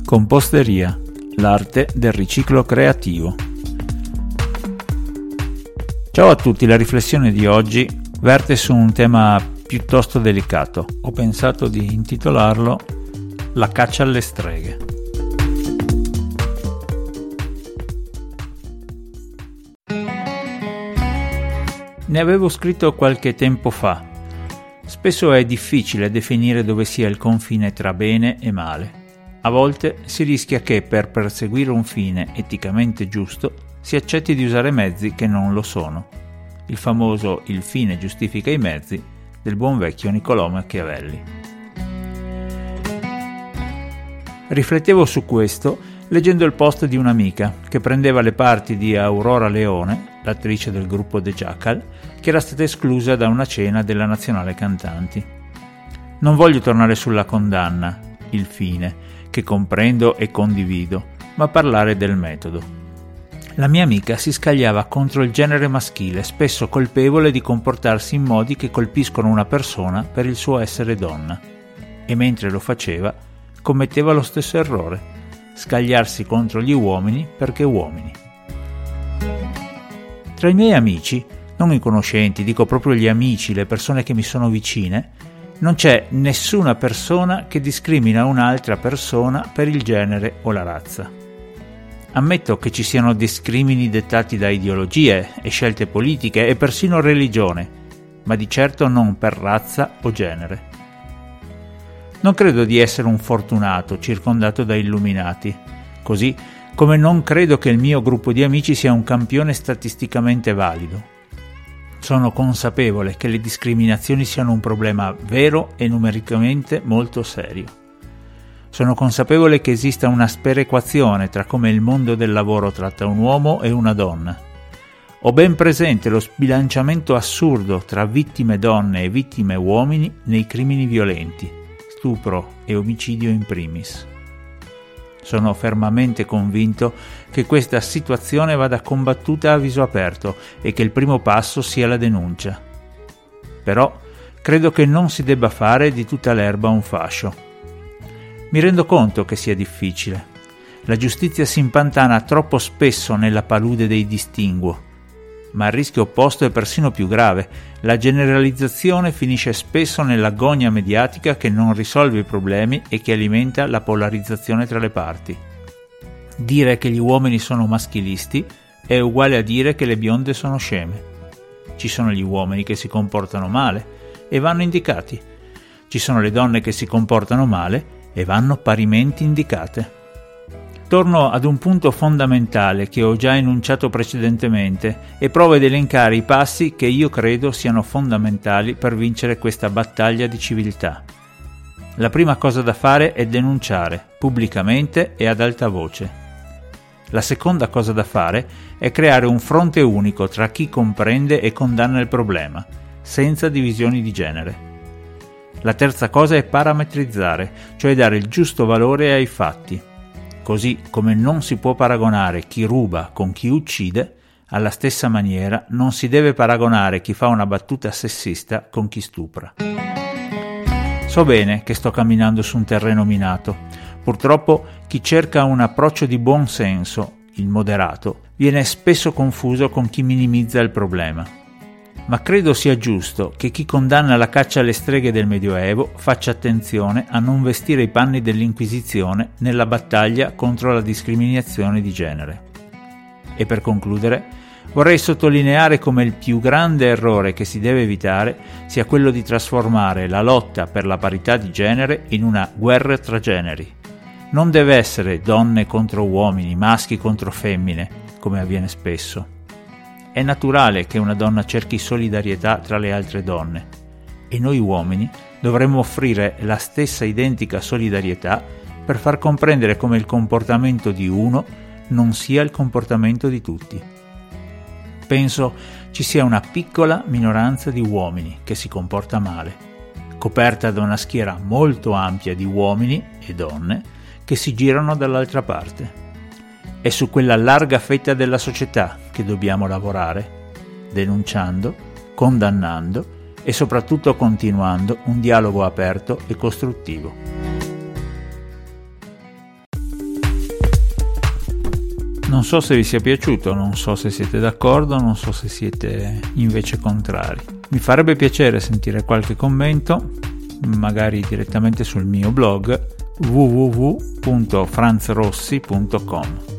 Composteria, l'arte del riciclo creativo. Ciao a tutti, la riflessione di oggi verte su un tema piuttosto delicato. Ho pensato di intitolarlo La caccia alle streghe. Ne avevo scritto qualche tempo fa. Spesso è difficile definire dove sia il confine tra bene e male. A volte si rischia che per perseguire un fine eticamente giusto si accetti di usare mezzi che non lo sono. Il famoso "il fine giustifica i mezzi" del buon vecchio Niccolò Machiavelli. Riflettevo su questo leggendo il post di un'amica che prendeva le parti di Aurora Leone, l'attrice del gruppo The Jackal, che era stata esclusa da una cena della Nazionale Cantanti. Non voglio tornare sulla condanna, il fine, che comprendo e condivido, ma parlare del metodo. La mia amica si scagliava contro il genere maschile, spesso colpevole di comportarsi in modi che colpiscono una persona per il suo essere donna, e mentre lo faceva commetteva lo stesso errore: scagliarsi contro gli uomini perché uomini. Tra i miei amici, non i conoscenti, dico proprio gli amici, le persone che mi sono vicine, non c'è nessuna persona che discrimina un'altra persona per il genere o la razza. Ammetto che ci siano discrimini dettati da ideologie e scelte politiche e persino religione, ma di certo non per razza o genere. Non credo di essere un fortunato circondato da illuminati, così come non credo che il mio gruppo di amici sia un campione statisticamente valido. Sono consapevole che le discriminazioni siano un problema vero e numericamente molto serio. Sono consapevole che esista una sperequazione tra come il mondo del lavoro tratta un uomo e una donna. Ho ben presente lo sbilanciamento assurdo tra vittime donne e vittime uomini nei crimini violenti, stupro e omicidio in primis. Sono fermamente convinto che questa situazione vada combattuta a viso aperto e che il primo passo sia la denuncia. Però credo che non si debba fare di tutta l'erba un fascio. Mi rendo conto che sia difficile. La giustizia si impantana troppo spesso nella palude dei distinguo, ma il rischio opposto è persino più grave. La generalizzazione finisce spesso nell'agonia mediatica che non risolve i problemi e che alimenta la polarizzazione tra le parti. Dire che gli uomini sono maschilisti è uguale a dire che le bionde sono sceme. Ci sono gli uomini che si comportano male e vanno indicati. Ci sono le donne che si comportano male e vanno parimenti indicate. Torno ad un punto fondamentale che ho già enunciato precedentemente e provo ad elencare i passi che io credo siano fondamentali per vincere questa battaglia di civiltà. La prima cosa da fare è denunciare, pubblicamente e ad alta voce. La seconda cosa da fare è creare un fronte unico tra chi comprende e condanna il problema, senza divisioni di genere. La terza cosa è parametrizzare, cioè dare il giusto valore ai fatti. Così come non si può paragonare chi ruba con chi uccide, alla stessa maniera non si deve paragonare chi fa una battuta sessista con chi stupra. So bene che sto camminando su un terreno minato. Purtroppo chi cerca un approccio di buon senso, il moderato, viene spesso confuso con chi minimizza il problema. Ma credo sia giusto che chi condanna la caccia alle streghe del Medioevo faccia attenzione a non vestire i panni dell'Inquisizione nella battaglia contro la discriminazione di genere. E per concludere, vorrei sottolineare come il più grande errore che si deve evitare sia quello di trasformare la lotta per la parità di genere in una guerra tra generi. Non deve essere donne contro uomini, maschi contro femmine, come avviene spesso. È naturale che una donna cerchi solidarietà tra le altre donne e noi uomini dovremmo offrire la stessa identica solidarietà per far comprendere come il comportamento di uno non sia il comportamento di tutti. Penso ci sia una piccola minoranza di uomini che si comporta male, coperta da una schiera molto ampia di uomini e donne che si girano dall'altra parte. È su quella larga fetta della società che dobbiamo lavorare, denunciando, condannando e soprattutto continuando un dialogo aperto e costruttivo. Non so se vi sia piaciuto, non so se siete d'accordo, non so se siete invece contrari. Mi farebbe piacere sentire qualche commento, magari direttamente sul mio blog www.franzrossi.com.